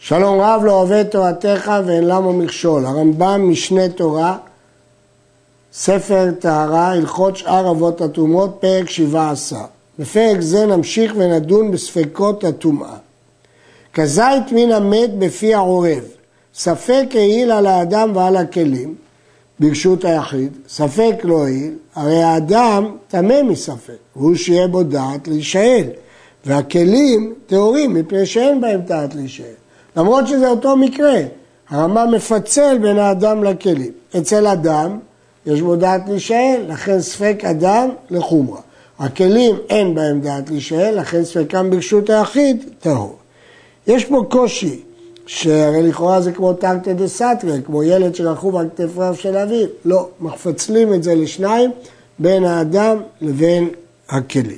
שלום רב לא אוהב תורתך ואין למה מכשול. הרמב"ם משנה תורה, ספר טהרה, הלכות שאר אבות הטומאות, פרק 17. בפרק זה נמשיך ונדון בספקות הטומאה. כזית מן המת בפי העורב, ספק העיל על האדם ועל הכלים, ברשות היחיד, ספק לא העיל, הרי האדם טמא מספק, והוא שיהיה בו דעת להישאל, והכלים טהורים מפני שאין בהם דעת להישאל. למרות שזה אותו מקרה, הרמב"ם מפצל בין האדם לכלים. אצל אדם יש בו דעת להישאל, לכן ספק אדם לחומרה. הכלים אין בהם דעת להישאל, לכן ספקם ברשות היחיד טהור. יש פה קושי, שהרי לכאורה זה כמו תרתי דסתרי, כמו ילד שרכוב על כתפיו של אביו. לא, מחפצלים את זה לשניים, בין האדם לבין הכלים.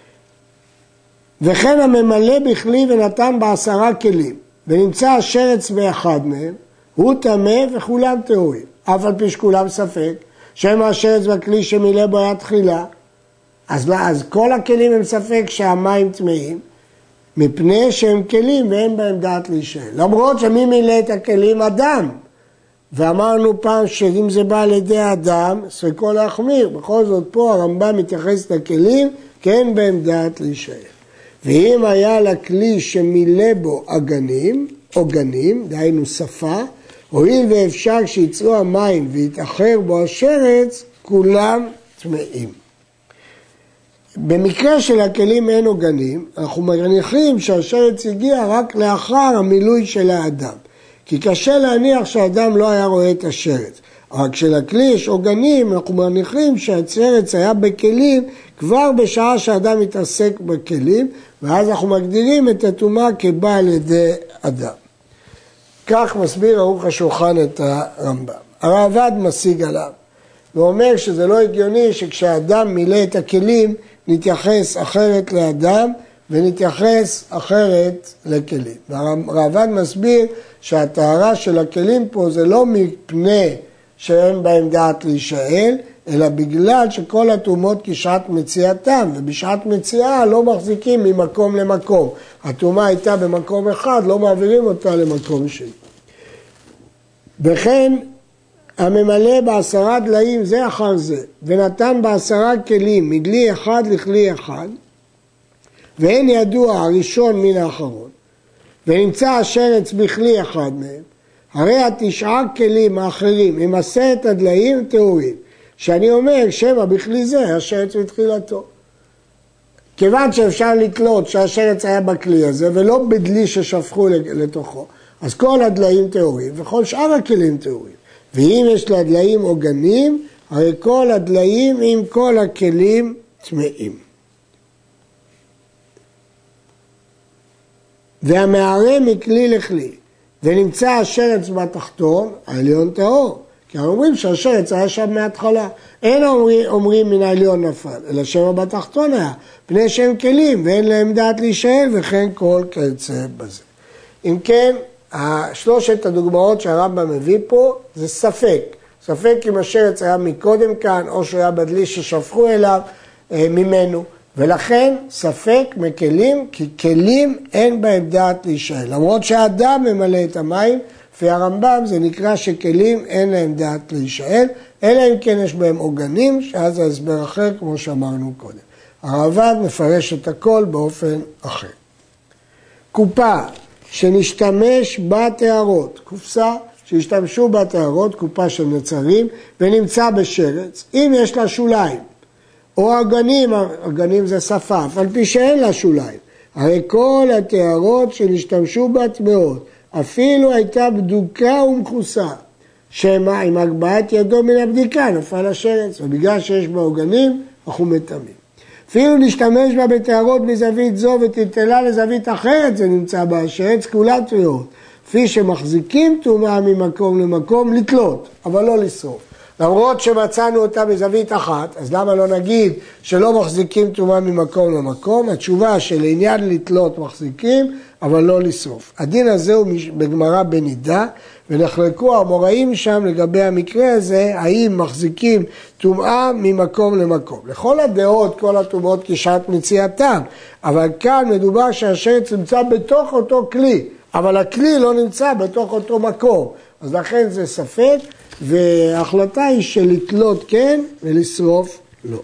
וכן הממלא בכלי ונתן ב10 כלים, ונמצא השרץ באחד מהם, הוא טמא וכולם טהורים. אף על פי שכולם ספק, שם השרץ בכלי שמילא בו היה תחילה, אז כל הכלים הם ספק שהמים טמאים, מפני שהם כלים ואין בהם דעת להישאל. למרות שמי מילא את הכלים? אדם. ואמרנו פעם שאם זה בא על ידי אדם, ספקו להחמיר. בכל זאת פה הרמב"ם מתייחס לכלים, כי אין בהם דעת להישאל. ואם היה לכלי שמילא בו עוגנים, דהיינו שפה, הואיל ואפשר שיצאו המים ויתאחר בו השרץ, כולם טמאים. במקרה של הכלים אין עוגנים, אנחנו מניחים שהשרץ הגיע רק לאחר המילוי של האדם. כי קשה להניח שהאדם לא היה רואה את השרץ. אבל כשלכלי יש עוגנים, אנחנו מניחים שהשרץ היה בכלים כבר בשעה שהאדם מתעסק בכלים, ואז אנחנו מגדירים את הטומאה כבא על ידי אדם. כך מסביר ערוך השולחן את הרמב"ם. הרעב"ד משיג עליו, ואומר שזה לא הגיוני שכשהאדם מילא את הכלים, נתייחס אחרת לאדם ונתייחס אחרת לכלים. והרעב"ד מסביר שהטהרה של הכלים פה זה לא מפני שאין בהם דעת להישאל, אלא בגלל שכל הטומאות כשעת מציאתם, ובשעת מציאה לא מחזיקים ממקום למקום. הטומאה הייתה במקום אחד, לא מעבירים אותה למקום שני. וכן הממלא ב10 דליים זה אחר זה, ונתן ב10 כלים מדלי אחד לכלי אחד, ואין ידוע הראשון מן האחרון, ונמצא השרץ בכלי אחד מהם, הרי 9 כלים האחרים עם 10 הדליים טהורים, שאני אומר שמא בכלי זה השרץ מתחילתו. כיוון שאפשר לתלות שהשרץ היה בכלי הזה, ולא בדלי ששפכו לתוכו, אז כל הדליים טהורים וכל שאר הכלים טהורים. ואם יש לדליים עוגנים, הרי כל הדליים עם כל הכלים טמאים. והמערה מכלי לכלי, ונמצא השרץ בתחתון, העליון טהור. כי אומרים שהשרץ היה שם מההתחלה. אין אומרים מן העליון נפל, אלא שמא בתחתון היה, פני שהם כלים, ואין להם דעת להישאל, וכן כל כיוצא בזה. אם כן, שלושת הדוגמאות שהרמב"ם מביא פה זה ספק. ספק אם השרץ היה מקודם כאן, או שהוא היה בדלי ששפכו אליו ממנו. ולכן ספק מכלים, כי כלים אין בהם דעת להישאל. למרות שהאדם ממלא את המים, לפי הרמב"ם זה נקרא שכלים אין להם דעת להישאל, אלא אם כן יש בהם עוגנים, שאז זה הסבר אחר כמו שאמרנו קודם. הרעב"ד מפרש את הכל באופן אחר. קופה שנשתמש בטהרות, קופסה שהשתמשו בטהרות, קופה של נצרים, ונמצא בשרץ, אם יש לה שוליים, או עגנים זה שפה, על פי שאין לה שוליים, הרי כל הטהרות שנשתמשו בה טמאות, אפילו הייתה בדוקה ומכוסה, שמה עם הגבהת ידו מן הבדיקה, נפל השרץ, ובגלל שיש בה עוגנים, אנחנו מטמאים. אפילו נשתמש בה בטהרות מזווית זו ותטלה לזווית אחרת, זה נמצא בשרץ, כולה טמאות. לפי שמחזיקים טומאה ממקום למקום, לתלות, אבל לא לשרוף. למרות שמצאנו אותה בזווית אחת, אז למה לא נגיד שלא מחזיקים טומאה ממקום למקום? התשובה שלעניין לתלות מחזיקים, אבל לא לשרוף. הדין הזה הוא בגמרא בנידה, ונחלקו המוראים שם לגבי המקרה הזה, האם מחזיקים טומאה ממקום למקום. לכל הדעות, כל הטומאות כשעת מציאתם, אבל כאן מדובר שהשרץ נמצא בתוך אותו כלי, אבל הכלי לא נמצא בתוך אותו מקום, אז לכן זה ספק, וההחלטה היא שלתלות כן ולשרוף לא.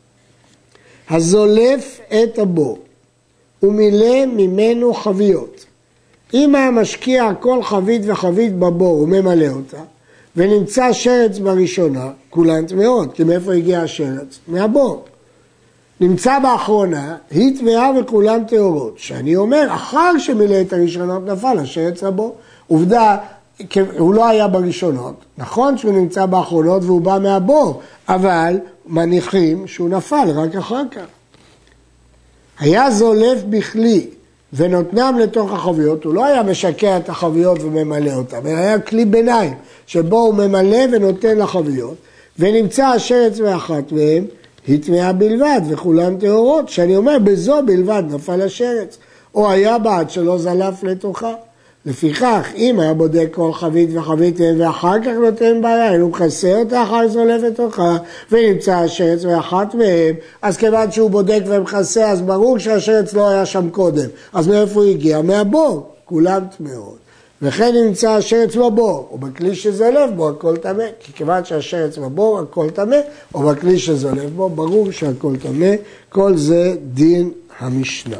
הזולף את הבור ומילא ממנו חביות. אם היה משקיע כל חבית וחבית בבור וממלא אותה, ונמצא שרץ בראשונה, כולן טמאות, כי מאיפה הגיע השרץ? מהבור. נמצא באחרונה, היא טמאה וכולן טהורות. שאני אומר, אחר שמילא את הראשונות נפל השרץ לבור. עובדה, הוא לא היה בראשונות. נכון שהוא נמצא באחרונות והוא בא מהבור, אבל מניחים שהוא נפל רק אחר כך. היה זולף בכלי ונותנם לתוך החביות, הוא לא היה משקע את החביות וממלא אותם, אלא היה כלי ביניים שבו הוא ממלא ונותן לחביות, ונמצא השרץ ואחת מהם, היא טמאה בלבד וכולן טהורות, שאני אומר בזו בלבד נפל השרץ, או היה בעד שלא זלף לתוכה. לפיכך, אם היה בודק כל חבית וחבית ואחר כך נותן בעיה, הוא מכסה אותה אחר זולף לתוכה, ונמצא השרץ ואחת מהם, אז כיוון שהוא בודק ומכסה, אז ברור שהשרץ לא היה שם קודם. אז מאיפה הוא הגיע? מהבור, כולם טמאות. וכן נמצא השרץ בבור, או בכלי שזולף בו, הכל טמא. כי כיוון שהשרץ בבור, הכל טמא, או בכלי שזולף בו, ברור שהכל טמא. כל זה דין המשנה.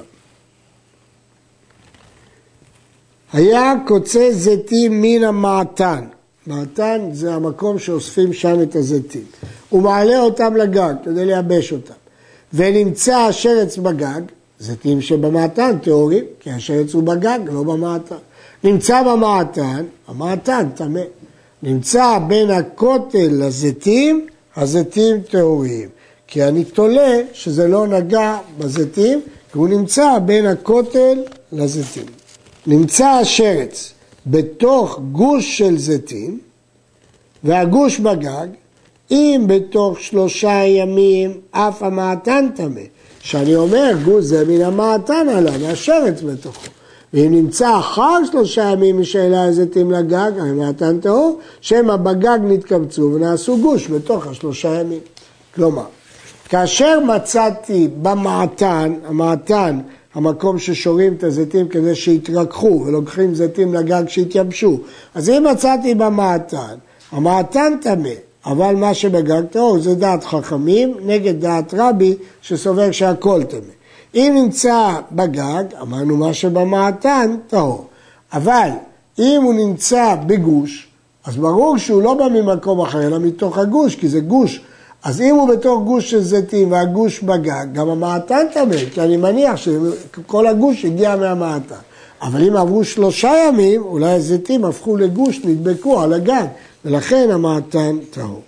היה קוצה זיתים מן המעתן. מעתן זה המקום שאוספים שם את הזיתים. הוא מעלה אותם לגג כדי לייבש אותם. ונמצא השרץ בגג, זיתים שבמעתן טהורים, כי השרץ הוא בגג, לא במעתן. נמצא במעתן, המעתן טמא. נמצא בין הכותל לזיתים, הזיתים טהורים. כי אני תולה שזה לא נגע בזיתים, כי הוא נמצא בין הכותל לזיתים. נמצא השרץ בתוך גוש של זיתים, והגוש בגג, אם בתוך 3 ימים אף המעתן טמא. שאני אומר, גוש זה מן המעתן עליו, והשרץ בתוכו. ואם נמצא אחר 3 ימים משאלה הזיתים לגג, המעתן טהור, שמא בגג נתקבצו ונעשו גוש בתוך 3 ימים. כלומר, כאשר מצאתי במעתן, המעתן, המקום ששורים את הזיתים כדי שיתרככו ולוקחים זיתים לגג שיתייבשו. אז אם מצאתי במעתן, המעתן טמא, אבל מה שבגג טהור זה דעת חכמים נגד דעת רבי שסובר שהכל טמא. אם נמצא בגג, אמרנו מה שבמעתן טהור. אבל אם הוא נמצא בגוש, אז ברור שהוא לא בא ממקום אחר, אלא מתוך הגוש, כי זה גוש. אז אם הוא בתוך גוש של זיתים והגוש בגג, גם המעתן טמא, כי אני מניח שכל הגוש הגיע מהמעתן. אבל אם עברו 3 ימים, אולי הזיתים הפכו לגוש, נדבקו על הגג, ולכן המעתן טהור.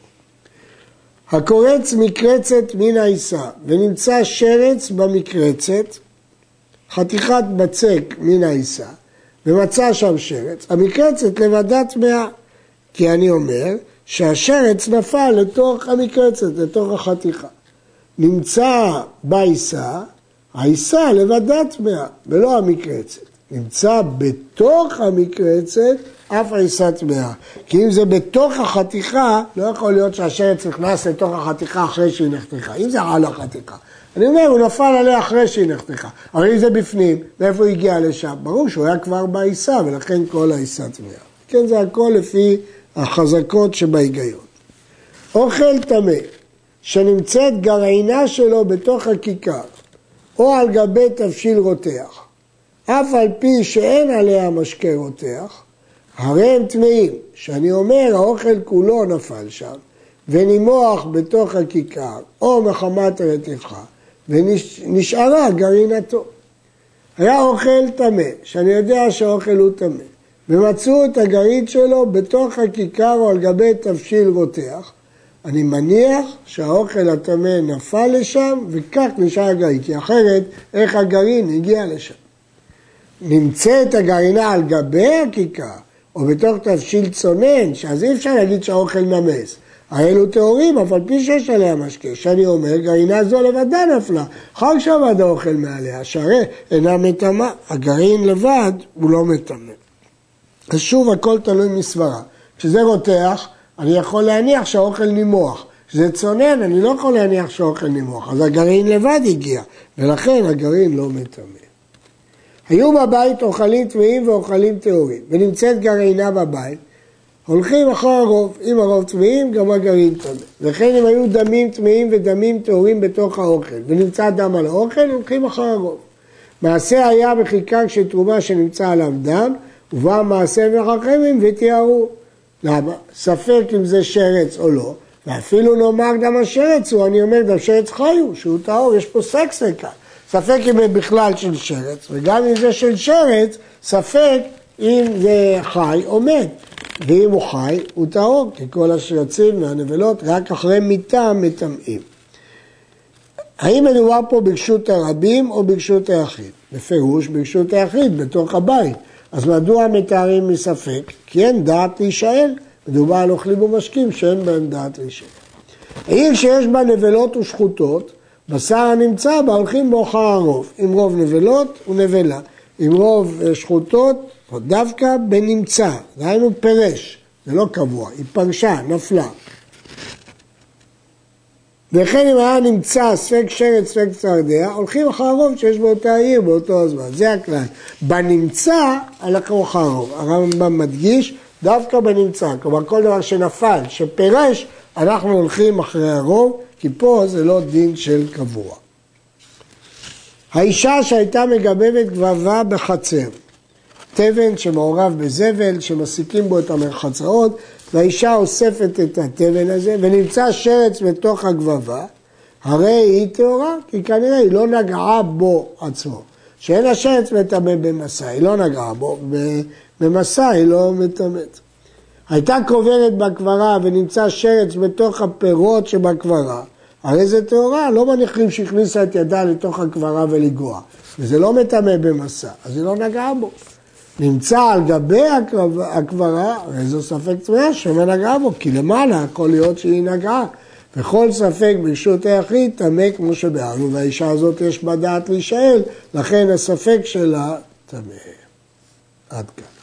הקורץ מקרצת מן העיסה, ונמצא שרץ במקרצת, חתיכת בצק מן העיסה, ומצא שם שרץ, המקרצת לבדה טמאה, כי אני אומר, שהשרץ נפל לתוך המקרצת, לתוך החתיכה. נמצא בעיסה, העיסה לבדה טמאה, ולא המקרצת. נמצא בתוך המקרצת, אף העיסה טמאה. כי אם זה בתוך החתיכה, לא יכול להיות שהשרץ נכנס לתוך החתיכה אחרי שהיא נחתכה. אם זה על החתיכה. אני אומר, הוא נפל עליה אחרי שהיא נחתכה. אבל אם זה בפנים, מאיפה הוא הגיע לשם? ברור שהוא היה כבר בעיסה, ולכן כל העיסה טמאה. כן, זה הכל לפי החזקות שבהיגיון. אוכל טמא, שנמצאת גרעינה שלו בתוך הכיכר, או על גבי תבשיל רותח, אף על פי שאין עליה משקה רותח, הרי הם טמאים, שאני אומר, האוכל כולו נפל שם, ונימוח בתוך הכיכר, או מחמת הרתיחה, ונשארה גרעינתו. היה אוכל טמא, שאני יודע שהאוכל הוא טמא, ומצאו את הגרעין שלו בתוך הכיכר או על גבי תבשיל רותח, אני מניח שהאוכל הטמא נפל לשם, וכך נשאר הגרעין, כי אחרת איך הגרעין הגיע לשם. נמצא את הגרעינה על גבי הכיכר, או בתוך תבשיל צונן, שאז אי אפשר להגיד שהאוכל נמס. האלו טהורים, אבל פי 6 עליה משקה. שאני אומר, גרעינה זו לבדה נפלה, אחר שעמד האוכל מעליה, שהרי אינה מטמאה. הגרעין לבד הוא לא מטמא. אז שוב, הכל תלוי מסברה. כשזה רותח, אני יכול להניח שהאוכל נימוח. כשזה צונן, אני לא יכול להניח שהאוכל נימוח. אז הגרעין לבד הגיע, ולכן הגרעין לא מטמא. היו בבית אוכלים טמאים ואוכלים טהורים, ונמצאת גרעינה בבית, הולכים אחר הרוב, אם הרוב טמאים גם הגרעין טמא. וכן אם היו דמים טמאים ודמים טהורים בתוך האוכל, ונמצא דם על האוכל, הולכים אחר הרוב. מעשה היה בחיקק של תרומה שנמצא עליו דם, ובא מעשה וחכמים ותיארו. למה? ספק אם זה שרץ או לא, ואפילו נאמר דם השרץ הוא, אני אומר דם שרץ חיו, שהוא טהור, יש פה סקסק כאן. ספק אם זה בכלל של שרץ, וגם אם זה של שרץ, ספק אם זה חי או מת. ואם הוא חי, הוא טהור, כי כל השרצים והנבלות רק אחרי מיתה מטמאים. האם מדובר פה ברשות הרבים או ברשות היחיד? בפירוש ברשות היחיד, בתוך הבית. אז מדוע מתארים מספק? כי אין דעת להישאל. מדובר על אוכלים ומשקים שאין בהם דעת להישאל. העיר שיש בה נבלות ושחוטות, בשר הנמצא בה הולכים בו אחר הרוב. אם רוב נבלות הוא נבלה. אם רוב שחוטות, או דווקא בנמצא. דהיינו פרש, זה לא קבוע, היא פרשה, נפלה. וכן אם היה נמצא ספק שרץ, ספק צרדע, הולכים אחר הרוב שיש באותה עיר, באותו הזמן. זה הכלל. בנמצא, הלכו אחר הרוב. הרמב"ם מדגיש, דווקא בנמצא. כלומר, כל דבר שנפל, שפרש, אנחנו הולכים אחרי הרוב, כי פה זה לא דין של קבוע. האישה שהייתה מגבבת גבבה בחצר, תבן שמעורב בזבל, שמסיקים בו את המרחצאות, והאישה אוספת את התבן הזה, ונמצא שרץ בתוך הגבבה, הרי היא טהורה, כי כנראה היא לא נגעה בו עצמו. שאין השרץ מטמא במסע, היא לא נגעה בו, במסע היא לא מטמאת. הייתה קוברת בקברה ונמצא שרץ בתוך הפירות שבקברה, הרי זה טהורה, לא מניחים שהכניסה את ידה לתוך הקברה ולגוע. וזה לא מטמא במסע, אז היא לא נגעה בו. נמצא על גבי הקברה, הרי זו ספק טמאה שמה נגעה בו, כי למעלה יכול להיות שהיא נגעה. וכל ספק ברשות היחיד טמא כמו שבארנו, והאישה הזאת יש בה דעת להישאל, לכן הספק שלה טמא. עד כאן.